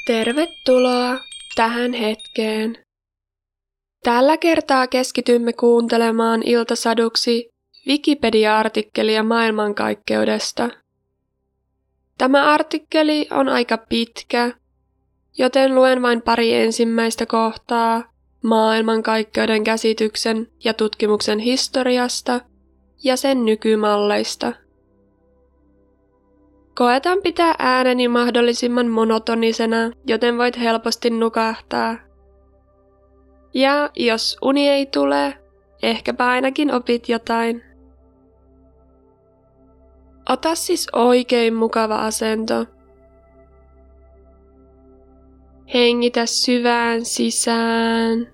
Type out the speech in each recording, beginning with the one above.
Tervetuloa tähän hetkeen. Tällä kertaa keskitymme kuuntelemaan iltasaduksi Wikipedia-artikkelia maailmankaikkeudesta. Tämä artikkeli on aika pitkä, joten luen vain pari ensimmäistä kohtaa maailmankaikkeuden käsityksen ja tutkimuksen historiasta ja sen nykymalleista. Koetan pitää ääneni mahdollisimman monotonisena, joten voit helposti nukahtaa. Ja jos uni ei tule, ehkäpä ainakin opit jotain. Ota siis oikein mukava asento. Hengitä syvään sisään.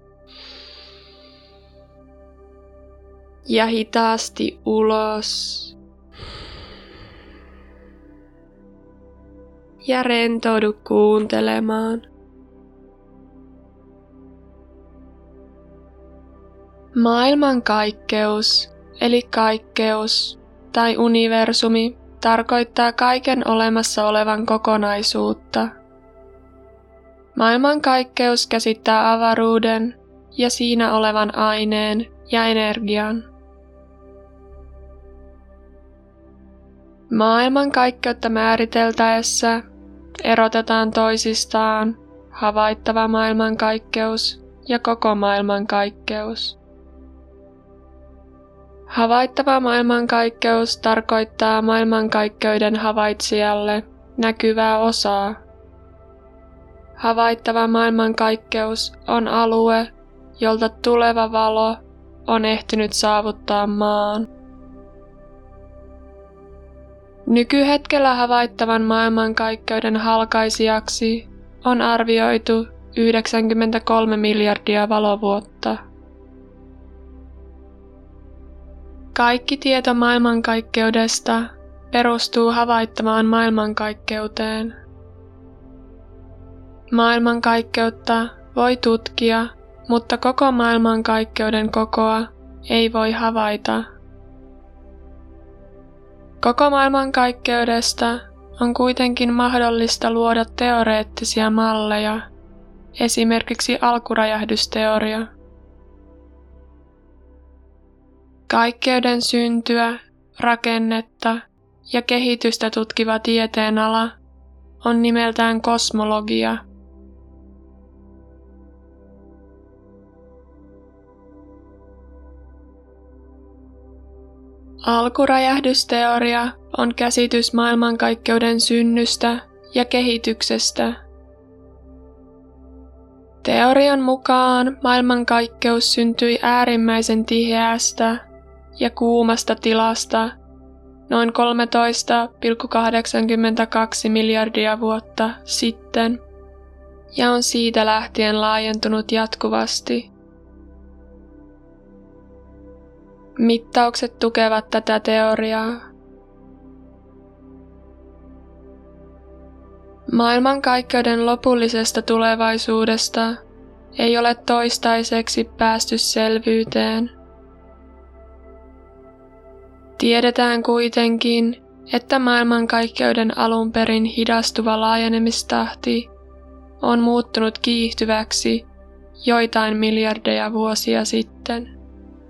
Ja hitaasti ulos. Ja rentoudu kuuntelemaan. Maailmankaikkeus, eli kaikkeus tai universumi, tarkoittaa kaiken olemassa olevan kokonaisuutta. Maailmankaikkeus käsittää avaruuden ja siinä olevan aineen ja energian. Maailmankaikkeutta määriteltäessä erotetaan toisistaan havaittava maailmankaikkeus ja koko maailmankaikkeus. Havaittava maailmankaikkeus tarkoittaa maailmankaikkeuden havaitsijalle näkyvää osaa. Havaittava maailmankaikkeus on alue, jolta tuleva valo on ehtinyt saavuttaa maan. Nykyhetkellä havaittavan maailmankaikkeuden halkaisijaksi on arvioitu 93 miljardia valovuotta. Kaikki tieto maailmankaikkeudesta perustuu havaittavaan maailmankaikkeuteen. Maailmankaikkeutta voi tutkia, mutta koko maailmankaikkeuden kokoa ei voi havaita. Koko maailmankaikkeudesta on kuitenkin mahdollista luoda teoreettisia malleja, esimerkiksi alkuräjähdysteoria. Kaikkeuden syntyä, rakennetta ja kehitystä tutkiva tieteenala on nimeltään kosmologia. Alkuräjähdysteoria on käsitys maailmankaikkeuden synnystä ja kehityksestä. Teorian mukaan maailmankaikkeus syntyi äärimmäisen tiheästä ja kuumasta tilasta noin 13,82 miljardia vuotta sitten ja on siitä lähtien laajentunut jatkuvasti. Mittaukset tukevat tätä teoriaa. Maailmankaikkeuden lopullisesta tulevaisuudesta ei ole toistaiseksi päästy selvyyteen. Tiedetään kuitenkin, että maailmankaikkeuden alun perin hidastuva laajenemistahti on muuttunut kiihtyväksi joitain miljardeja vuosia sitten.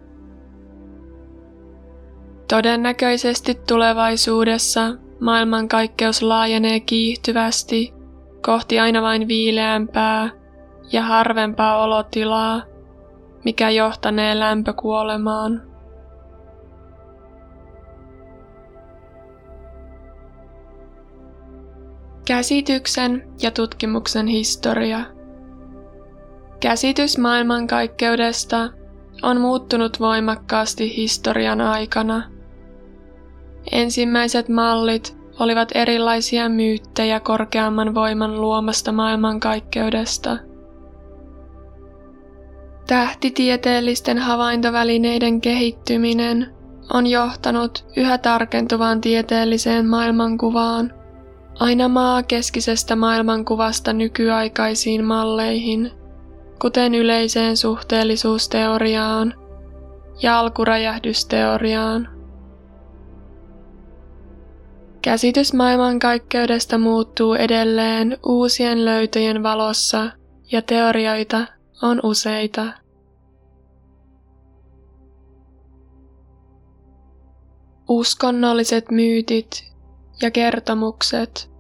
Todennäköisesti tulevaisuudessa maailmankaikkeus laajenee kiihtyvästi kohti aina vain viileämpää ja harvempaa olotilaa, mikä johtanee lämpökuolemaan. Käsityksen ja tutkimuksen historia. Käsitys maailmankaikkeudesta on muuttunut voimakkaasti historian aikana. Ensimmäiset mallit olivat erilaisia myyttejä korkeamman voiman luomasta maailmankaikkeudesta. Tähtitieteellisten havaintovälineiden kehittyminen on johtanut yhä tarkentuvaan tieteelliseen maailmankuvaan, aina maakeskisestä maailmankuvasta nykyaikaisiin malleihin, kuten yleiseen suhteellisuusteoriaan ja alkuräjähdysteoriaan. Käsitys maailmankaikkeudesta muuttuu edelleen uusien löytöjen valossa ja teorioita on useita. Uskonnolliset myytit ja kertomukset.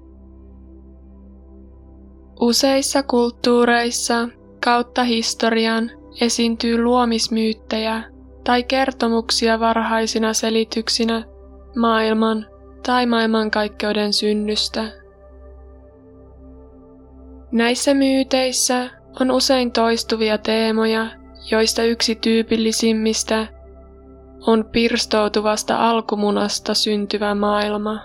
Useissa kulttuureissa kautta historian esiintyy luomismyyttejä tai kertomuksia varhaisina selityksinä maailman tai maailmankaikkeuden synnystä. Näissä myyteissä on usein toistuvia teemoja, joista yksi tyypillisimmistä on pirstoutuvasta alkumunasta syntyvä maailma.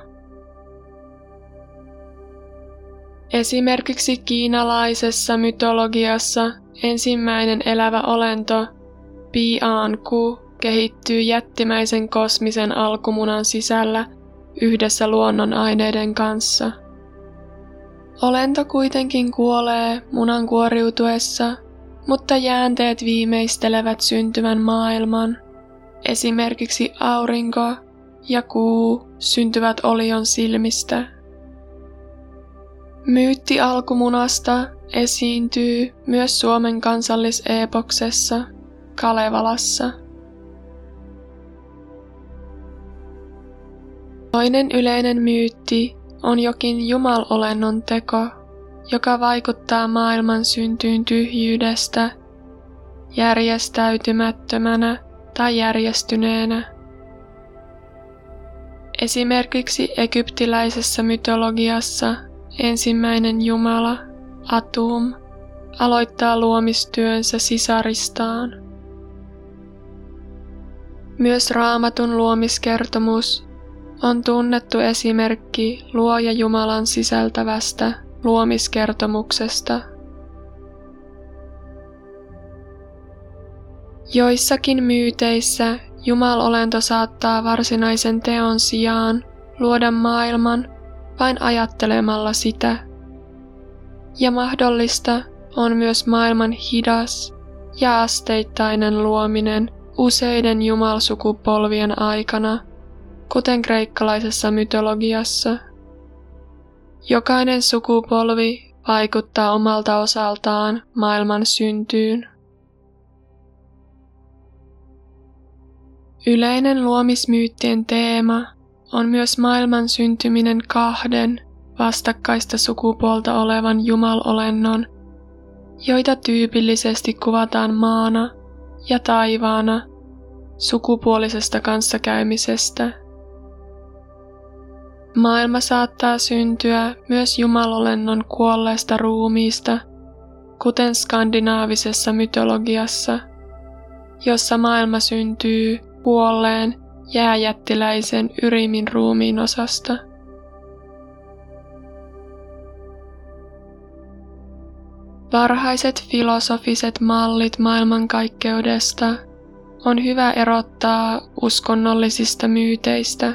Esimerkiksi kiinalaisessa mytologiassa ensimmäinen elävä olento, Bianku, kehittyy jättimäisen kosmisen alkumunan sisällä yhdessä luonnonaineiden kanssa. Olento kuitenkin kuolee munan kuoriutuessa, mutta jäänteet viimeistelevät syntyvän maailman. Esimerkiksi aurinko ja kuu syntyvät Olion silmistä. Myytti alkumunasta esiintyy myös Suomen kansalliseepoksessa Kalevalassa. Toinen yleinen myytti on jokin jumalolennon teko, joka vaikuttaa maailman syntyyn tyhjyydestä, järjestäytymättömänä tai järjestyneenä. Esimerkiksi egyptiläisessä mytologiassa ensimmäinen jumala, Atum, aloittaa luomistyönsä sisaristaan. Myös Raamatun luomiskertomus on tunnettu esimerkki Luoja Jumalan sisältävästä luomiskertomuksesta. Joissakin myyteissä jumalolento saattaa varsinaisen teon sijaan luoda maailman vain ajattelemalla sitä, ja mahdollista on myös maailman hidas ja asteittainen luominen useiden jumalsukupolvien aikana, kuten kreikkalaisessa mytologiassa. Jokainen sukupolvi vaikuttaa omalta osaltaan maailman syntyyn. Yleinen luomismyyttien teema on myös maailman syntyminen kahden vastakkaista sukupuolta olevan jumalolennon, joita tyypillisesti kuvataan maana ja taivaana sukupuolisesta kanssakäymisestä. Maailma saattaa syntyä myös jumalolennon kuolleesta ruumiista, kuten skandinaavisessa mytologiassa, jossa maailma syntyy kuolleen jääjättiläisen Yrimin ruumiin osasta. Varhaiset filosofiset mallit maailmankaikkeudesta on hyvä erottaa uskonnollisista myyteistä.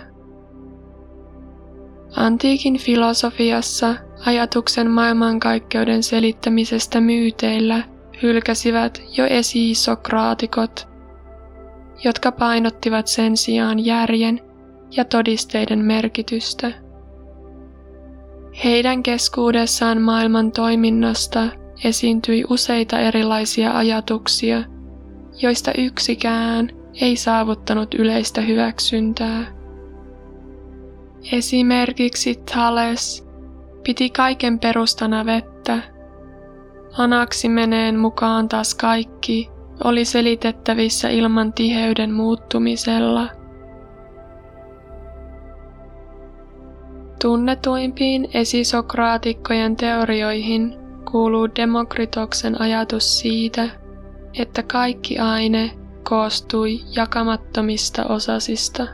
Antiikin filosofiassa ajatuksen maailmankaikkeuden selittämisestä myyteillä hylkäsivät jo esi-sokraatikot, jotka painottivat sen sijaan järjen ja todisteiden merkitystä. Heidän keskuudessaan maailman toiminnasta esiintyi useita erilaisia ajatuksia, joista yksikään ei saavuttanut yleistä hyväksyntää. Esimerkiksi Thales piti kaiken perustana vettä. Anaximeneen mukaan taas kaikki oli selitettävissä ilman tiheyden muuttumisella. Tunnetuimpiin esisokraatikkojen teorioihin kuuluu Demokritoksen ajatus siitä, että kaikki aine koostui jakamattomista osasista.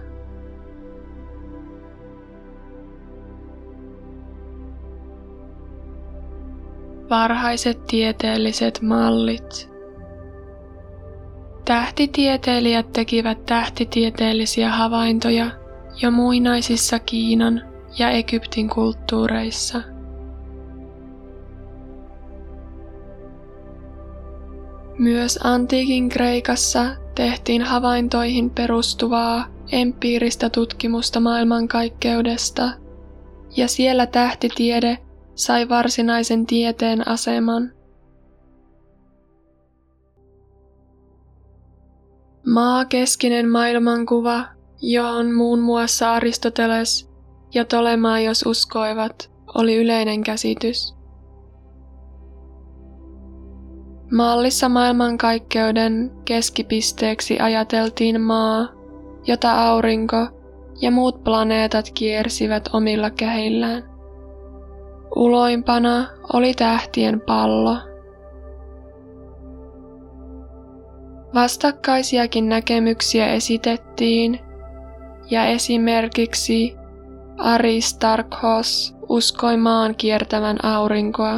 Varhaiset tieteelliset mallit. Tähtitieteilijät tekivät tähtitieteellisiä havaintoja jo muinaisissa Kiinan ja Egyptin kulttuureissa. Myös antiikin Kreikassa tehtiin havaintoihin perustuvaa empiiristä tutkimusta maailmankaikkeudesta, ja siellä tähtitiede sai varsinaisen tieteen aseman. Maakeskinen maailmankuva, johon muun muassa Aristoteles ja Ptolemaios uskoivat, oli yleinen käsitys. Mallissa maailmankaikkeuden keskipisteeksi ajateltiin maa, jota aurinko ja muut planeetat kiersivät omilla kehillään. Uloimpana oli tähtien pallo. Vastakkaisiakin näkemyksiä esitettiin, ja esimerkiksi Aristarkhos uskoi maan kiertävän aurinkoa.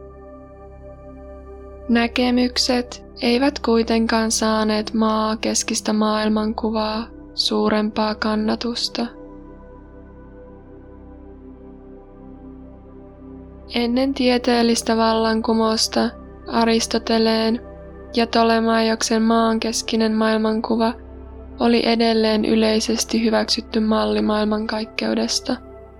Näkemykset eivät kuitenkaan saaneet maakeskistä maailmankuvaa suurempaa kannatusta. Ennen tieteellistä vallankumousta Aristoteleen ja Ptolemaioksen maankeskinen maailmankuva oli edelleen yleisesti hyväksytty malli maailmankaikkeudesta.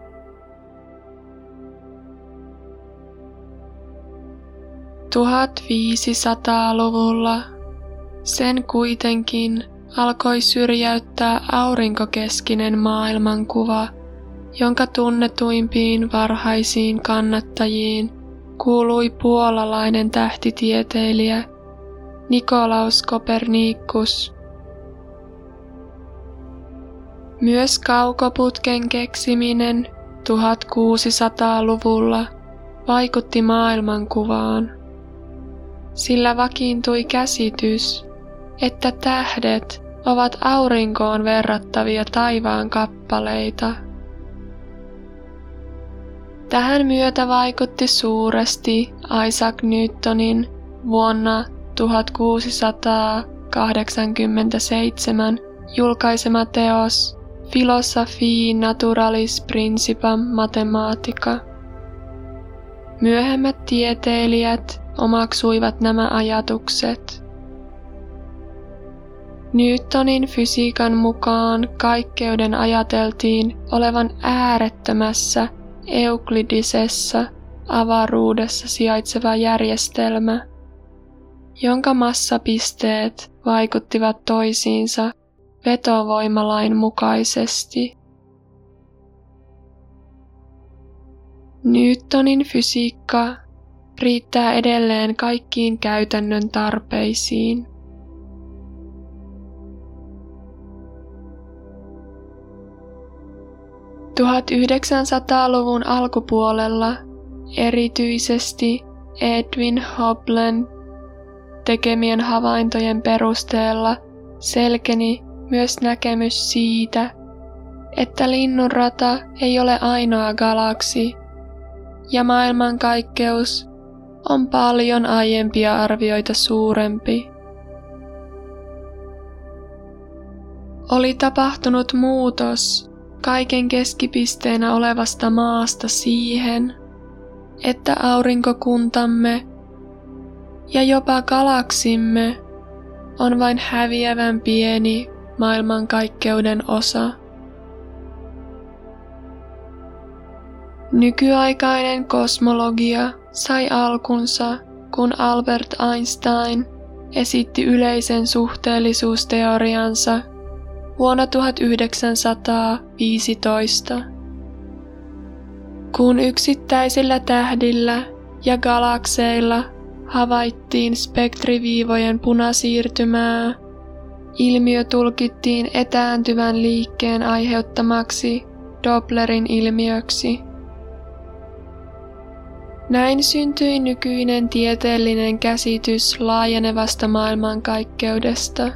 –1500-luvulla sen kuitenkin alkoi syrjäyttää aurinkokeskinen maailmankuva, jonka tunnetuimpiin varhaisiin kannattajiin kuului puolalainen tähtitieteilijä Nikolaus Kopernikus. Myös kaukoputken keksiminen 1600-luvulla vaikutti maailmankuvaan, sillä vakiintui käsitys, että tähdet ovat aurinkoon verrattavia taivaan kappaleita. Tähän myötä vaikutti suuresti Isaac Newtonin vuonna 1687 julkaisema teos Philosophiae Naturalis Principia Mathematica. Myöhemmät tieteilijät omaksuivat nämä ajatukset. Newtonin fysiikan mukaan kaikkeuden ajateltiin olevan äärettömässä euklidisessa avaruudessa sijaitseva järjestelmä, jonka massapisteet vaikuttivat toisiinsa vetovoimalain mukaisesti. Newtonin fysiikka riittää edelleen kaikkiin käytännön tarpeisiin. –1900-luvun alkupuolella erityisesti Edwin Hubblin tekemien havaintojen perusteella selkeni myös näkemys siitä, että linnunrata ei ole ainoa galaksi, ja maailmankaikkeus on paljon aiempia arvioita suurempi. Oli tapahtunut muutos kaiken keskipisteenä olevasta maasta siihen, että aurinkokuntamme ja jopa galaksimme on vain häviävän pieni maailmankaikkeuden osa. Nykyaikainen kosmologia sai alkunsa, kun Albert Einstein esitti yleisen suhteellisuusteoriansa vuonna 1915. Kun yksittäisillä tähdillä ja galakseilla havaittiin spektriviivojen punasiirtymää, ilmiö tulkittiin etääntyvän liikkeen aiheuttamaksi Dopplerin ilmiöksi. Näin syntyi nykyinen tieteellinen käsitys laajenevasta maailmankaikkeudesta.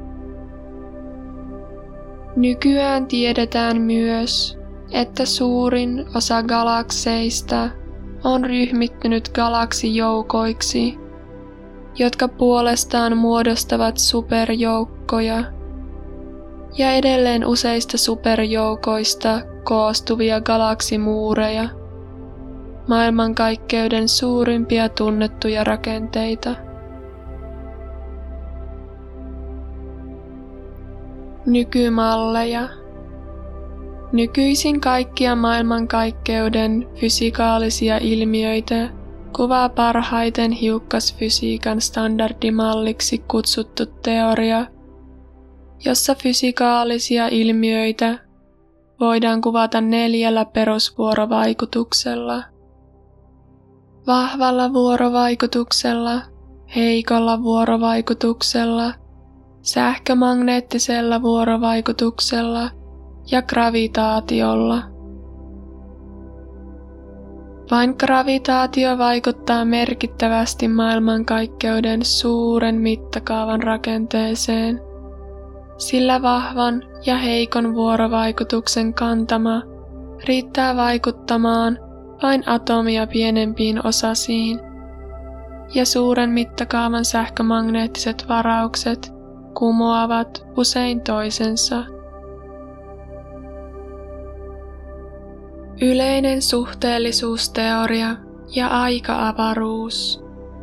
Nykyään tiedetään myös, että suurin osa galakseista on ryhmittynyt galaksijoukoiksi, jotka puolestaan muodostavat superjoukkoja, ja edelleen useista superjoukoista koostuvia galaksimuureja, maailmankaikkeuden suurimpia tunnettuja rakenteita. Nykymalleja. Nykyisin kaikkia maailmankaikkeuden fysikaalisia ilmiöitä kuvaa parhaiten hiukkasfysiikan standardimalliksi kutsuttu teoria, jossa fysikaalisia ilmiöitä voidaan kuvata 4 perusvuorovaikutuksella: vahvalla vuorovaikutuksella, heikolla vuorovaikutuksella, sähkömagneettisella vuorovaikutuksella ja gravitaatiolla. Vain gravitaatio vaikuttaa merkittävästi maailmankaikkeuden suuren mittakaavan rakenteeseen, sillä vahvan ja heikon vuorovaikutuksen kantama riittää vaikuttamaan vain atomia pienempiin osasiin, ja suuren mittakaavan sähkömagneettiset varaukset kumoavat usein toisensa. Yleinen suhteellisuusteoria ja aika-avaruus.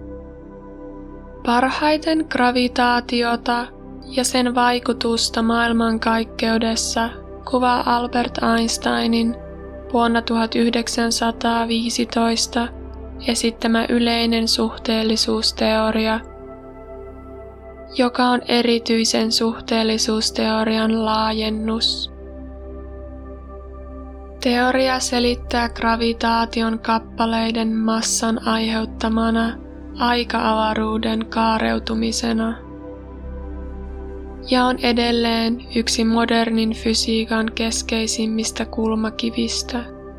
Parhaiten gravitaatiota ja sen vaikutusta maailmankaikkeudessa kuvaa Albert Einsteinin vuonna 1915 esittämä yleinen suhteellisuusteoria, joka on erityisen suhteellisuusteorian laajennus. Teoria selittää gravitaation kappaleiden massan aiheuttamana aika-avaruuden kaareutumisena ja on edelleen yksi modernin fysiikan keskeisimmistä kulmakivistä.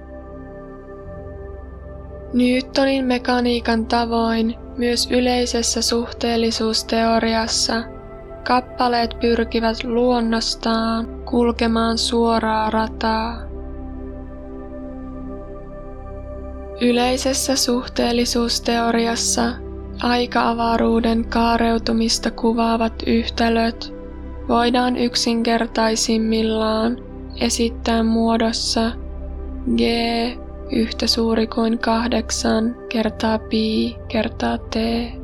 Newtonin mekaniikan tavoin myös yleisessä suhteellisuusteoriassa kappaleet pyrkivät luonnostaan kulkemaan suoraa rataa. Yleisessä suhteellisuusteoriassa aika-avaruuden kaareutumista kuvaavat yhtälöt voidaan yksinkertaisimmillaan esittää muodossa G yhtä suuri kuin 8 kertaa pi kertaa t,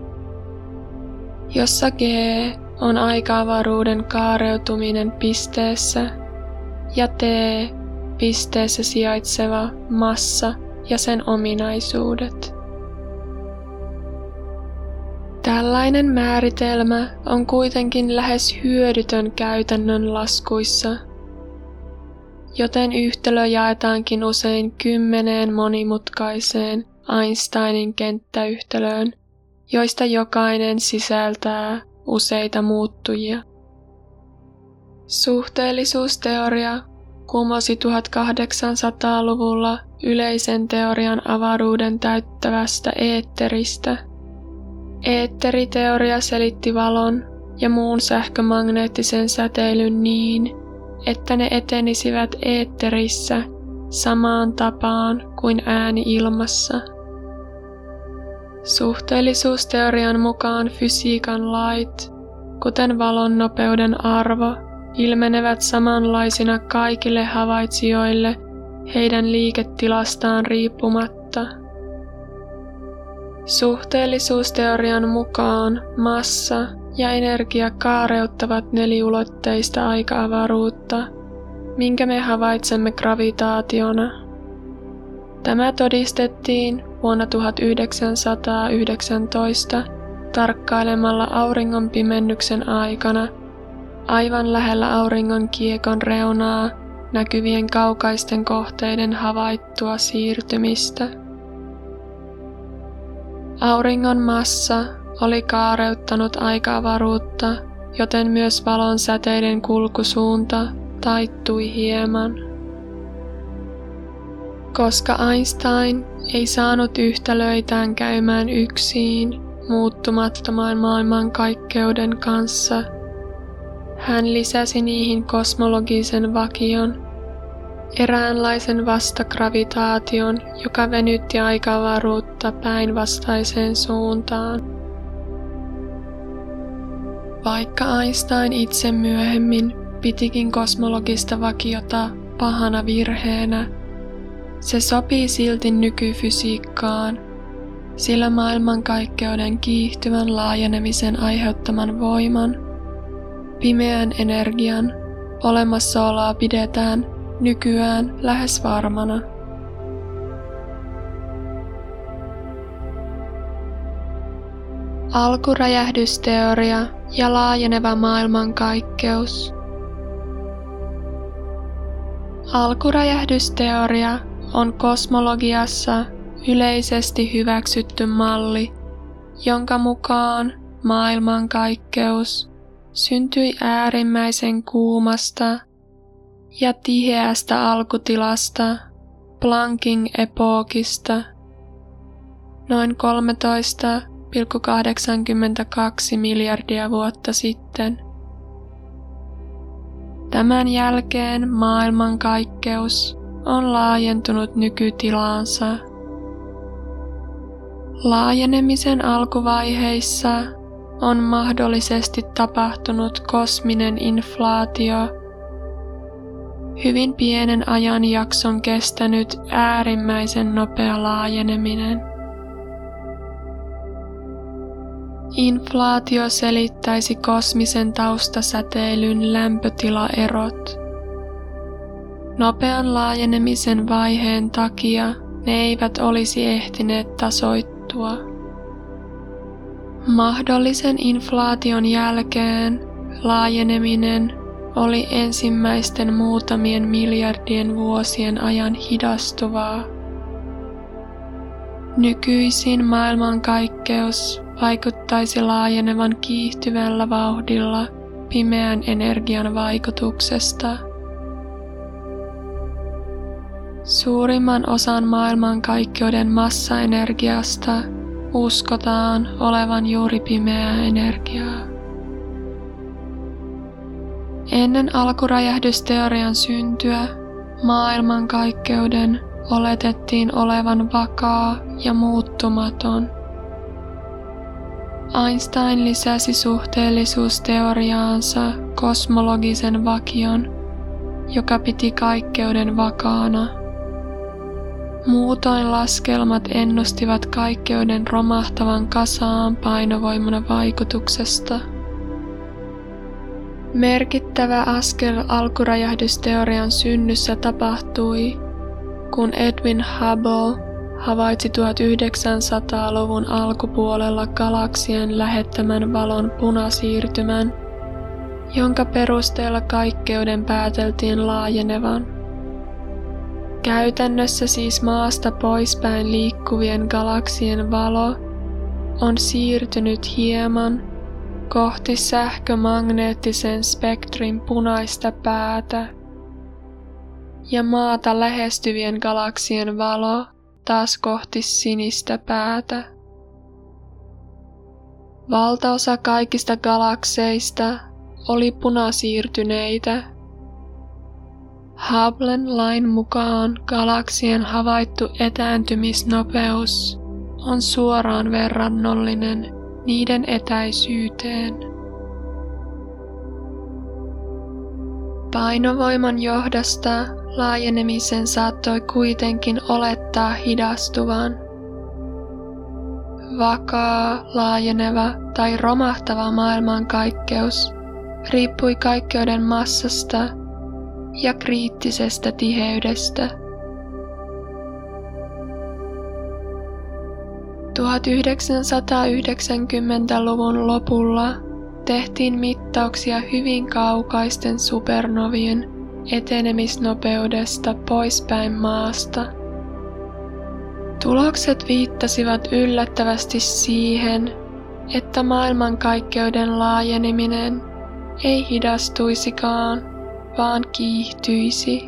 jossa G on aika-avaruuden kaareutuminen pisteessä ja t pisteessä sijaitseva massa ja sen ominaisuudet. Tällainen määritelmä on kuitenkin lähes hyödytön käytännön laskuissa, joten yhtälö jaetaankin usein 10 monimutkaiseen Einsteinin kenttäyhtälöön, joista jokainen sisältää useita muuttujia. Suhteellisuusteoria kumosi 1800-luvulla yleisen teorian avaruuden täyttävästä eetteristä. Eetteriteoria selitti valon ja muun sähkömagneettisen säteilyn niin, että ne etenisivät eetterissä samaan tapaan kuin ääni ilmassa. Suhteellisuusteorian mukaan fysiikan lait, kuten valon nopeuden arvo, ilmenevät samanlaisina kaikille havaitsijoille heidän liiketilastaan riippumatta. Suhteellisuusteorian mukaan massa ja energia kaareuttavat neliulotteista aika-avaruutta, minkä me havaitsemme gravitaationa. Tämä todistettiin vuonna 1919 tarkkailemalla auringon pimennyksen aikana aivan lähellä auringon kiekon reunaa näkyvien kaukaisten kohteiden havaittua siirtymistä. Auringon massa oli kaareuttanut aika-avaruutta, joten myös valon säteiden kulkusuunta taittui hieman. Koska Einstein ei saanut yhtälöitään käymään yksin muuttumattoman maailmankaikkeuden kanssa, hän lisäsi niihin kosmologisen vakion, eräänlaisen vastagravitaation, joka venytti aika-avaruutta päinvastaiseen suuntaan. Vaikka Einstein itse myöhemmin pitikin kosmologista vakiota pahana virheenä, se sopii silti nykyfysiikkaan, sillä maailmankaikkeuden kiihtyvän laajenemisen aiheuttaman voiman, pimeän energian olemassaoloa pidetään nykyään lähes varmana. Alkuräjähdysteoria ja laajeneva maailmankaikkeus. Alkuräjähdysteoria on kosmologiassa yleisesti hyväksytty malli, jonka mukaan maailmankaikkeus syntyi äärimmäisen kuumasta ja tiheästä alkutilasta Planckin epookista noin 13,82 miljardia vuotta sitten. Tämän jälkeen maailmankaikkeus on laajentunut nykytilaansa. Laajenemisen alkuvaiheissa on mahdollisesti tapahtunut kosminen inflaatio, hyvin pienen ajanjakson kestänyt äärimmäisen nopea laajeneminen. Inflaatio selittäisi kosmisen taustasäteilyn lämpötilaerot. Nopean laajenemisen vaiheen takia ne eivät olisi ehtineet tasoittua. Mahdollisen inflaation jälkeen laajeneminen oli ensimmäisten muutamien miljardien vuosien ajan hidastuvaa. Nykyisin maailmankaikkeus vaikuttaisi laajenevan kiihtyvällä vauhdilla pimeän energian vaikutuksesta. Suurimman osan maailmankaikkeuden massaenergiasta uskotaan olevan juuri pimeää energiaa. Ennen alkuräjähdysteorian syntyä maailmankaikkeuden oletettiin olevan vakaa ja muuttumaton. Einstein lisäsi suhteellisuusteoriaansa kosmologisen vakion, joka piti kaikkeuden vakaana. Muutoin laskelmat ennustivat kaikkeuden romahtavan kasaan painovoiman vaikutuksesta. Merkittävä askel alkuräjähdysteorian synnyssä tapahtui, kun Edwin Hubble havaitsi 1900-luvun alkupuolella galaksien lähettämän valon punasiirtymän, jonka perusteella kaikkeuden pääteltiin laajenevan. Käytännössä siis maasta poispäin liikkuvien galaksien valo on siirtynyt hieman kohti sähkömagneettisen spektrin punaista päätä, ja maata lähestyvien galaksien valo taas kohti sinistä päätä. Valtaosa kaikista galakseista oli punasiirtyneitä. Hubblen lain mukaan galaksien havaittu etääntymisnopeus on suoraan verrannollinen niiden etäisyyteen. Painovoiman johdosta laajenemisen saattoi kuitenkin olettaa hidastuvan. Vakaa, laajeneva tai romahtava maailmankaikkeus riippui kaikkeuden massasta ja kriittisestä tiheydestä. 1990-luvun lopulla tehtiin mittauksia hyvin kaukaisten supernovien etenemisnopeudesta poispäin maasta. Tulokset viittasivat yllättävästi siihen, että maailmankaikkeuden laajeneminen ei hidastuisikaan, vaan kiihtyisi.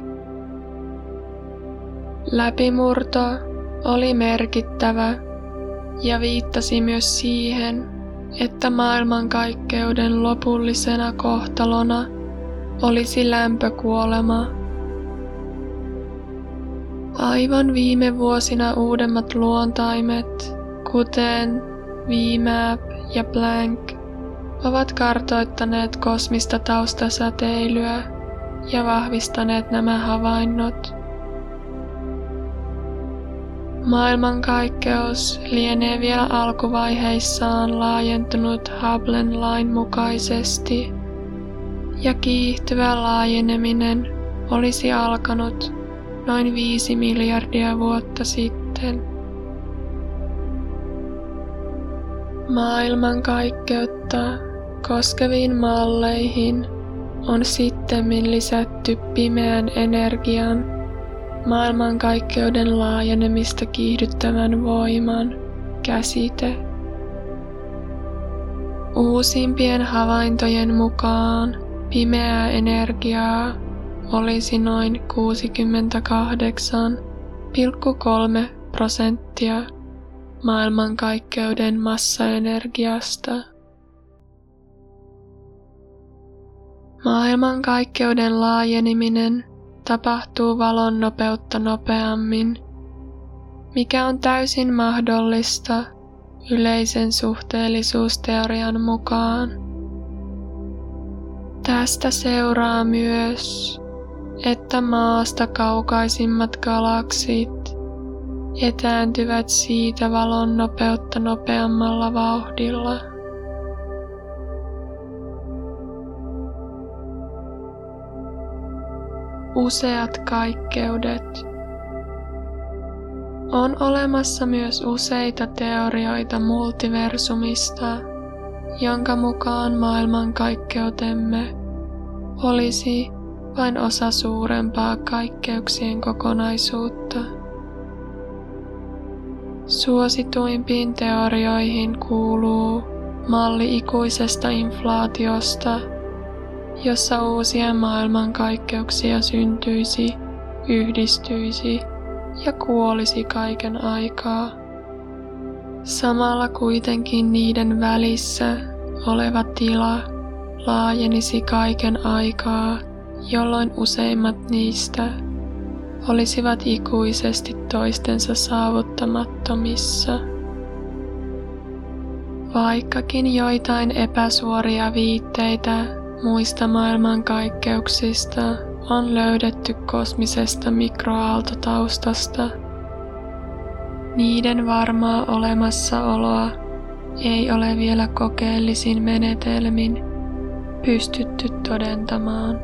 Läpimurto oli merkittävä ja viittasi myös siihen, että maailmankaikkeuden lopullisena kohtalona olisi lämpökuolema. Aivan viime vuosina uudemmat luontaimet, kuten VMAP ja Planck, ovat kartoittaneet kosmista taustasäteilyä ja vahvistaneet nämä havainnot. Maailmankaikkeus lienee vielä alkuvaiheissaan laajentunut Hubblen lain mukaisesti ja kiihtyvä laajeneminen olisi alkanut noin 5 miljardia vuotta sitten. Maailmankaikkeutta koskeviin malleihin on sittemmin lisätty pimeän energian, maailmankaikkeuden laajenemista kiihdyttävän voiman käsite. Uusimpien havaintojen mukaan pimeää energiaa olisi noin 68,3% maailmankaikkeuden massaenergiasta. Maailmankaikkeuden laajeneminen tapahtuu valon nopeutta nopeammin, mikä on täysin mahdollista yleisen suhteellisuusteorian mukaan. Tästä seuraa myös, että maasta kaukaisimmat galaksit etääntyvät siitä valon nopeutta nopeammalla vauhdilla. Useat kaikkeudet. On olemassa myös useita teorioita multiversumista, jonka mukaan maailmankaikkeutemme olisi vain osa suurempaa kaikkeuksien kokonaisuutta. Suosituimpiin teorioihin kuuluu malli ikuisesta inflaatiosta, jossa uusia maailmankaikkeuksia syntyisi, yhdistyisi ja kuolisi kaiken aikaa. Samalla kuitenkin niiden välissä oleva tila laajenisi kaiken aikaa, jolloin useimmat niistä olisivat ikuisesti toistensa saavuttamattomissa. Vaikkakin joitain epäsuoria viitteitä muista maailmankaikkeuksista on löydetty kosmisesta mikroaaltotaustasta, niiden varmaa olemassaoloa ei ole vielä kokeellisin menetelmin pystytty todentamaan.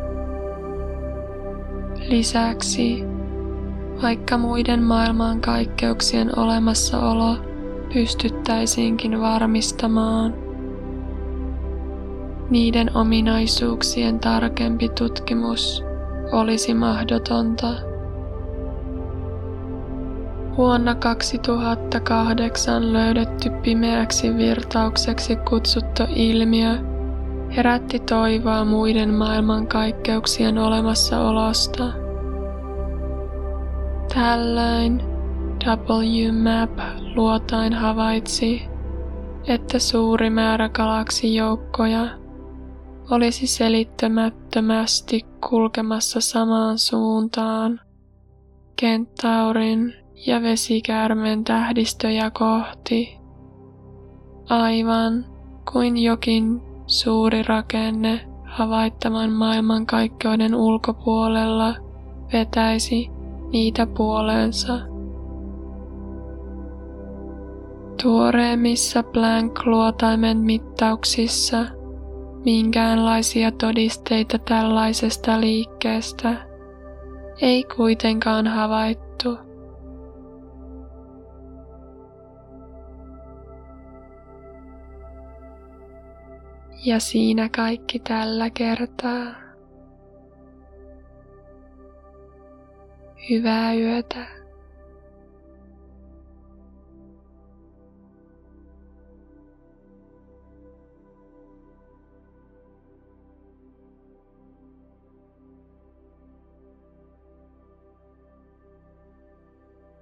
Lisäksi, vaikka muiden maailmankaikkeuksien olemassaolo pystyttäisiinkin varmistamaan, niiden ominaisuuksien tarkempi tutkimus olisi mahdotonta. Vuonna 2008 löydetty pimeäksi virtaukseksi kutsuttu ilmiö herätti toivoa muiden maailmankaikkeuksien olemassaolosta. Tällöin WMAP luotain havaitsi, että suuri määrä galaksijoukkoja olisi selittämättömästi kulkemassa samaan suuntaan Kentaurin ja Vesikäärmeen tähdistöjä kohti, aivan kuin jokin suuri rakenne havaittavan maailmankaikkeuden ulkopuolella vetäisi niitä puoleensa. Tuoreimmissa Planck-luotaimen mittauksissa minkäänlaisia todisteita tällaisesta liikkeestä ei kuitenkaan havaittu. Ja siinä kaikki tällä kertaa. Hyvää yötä.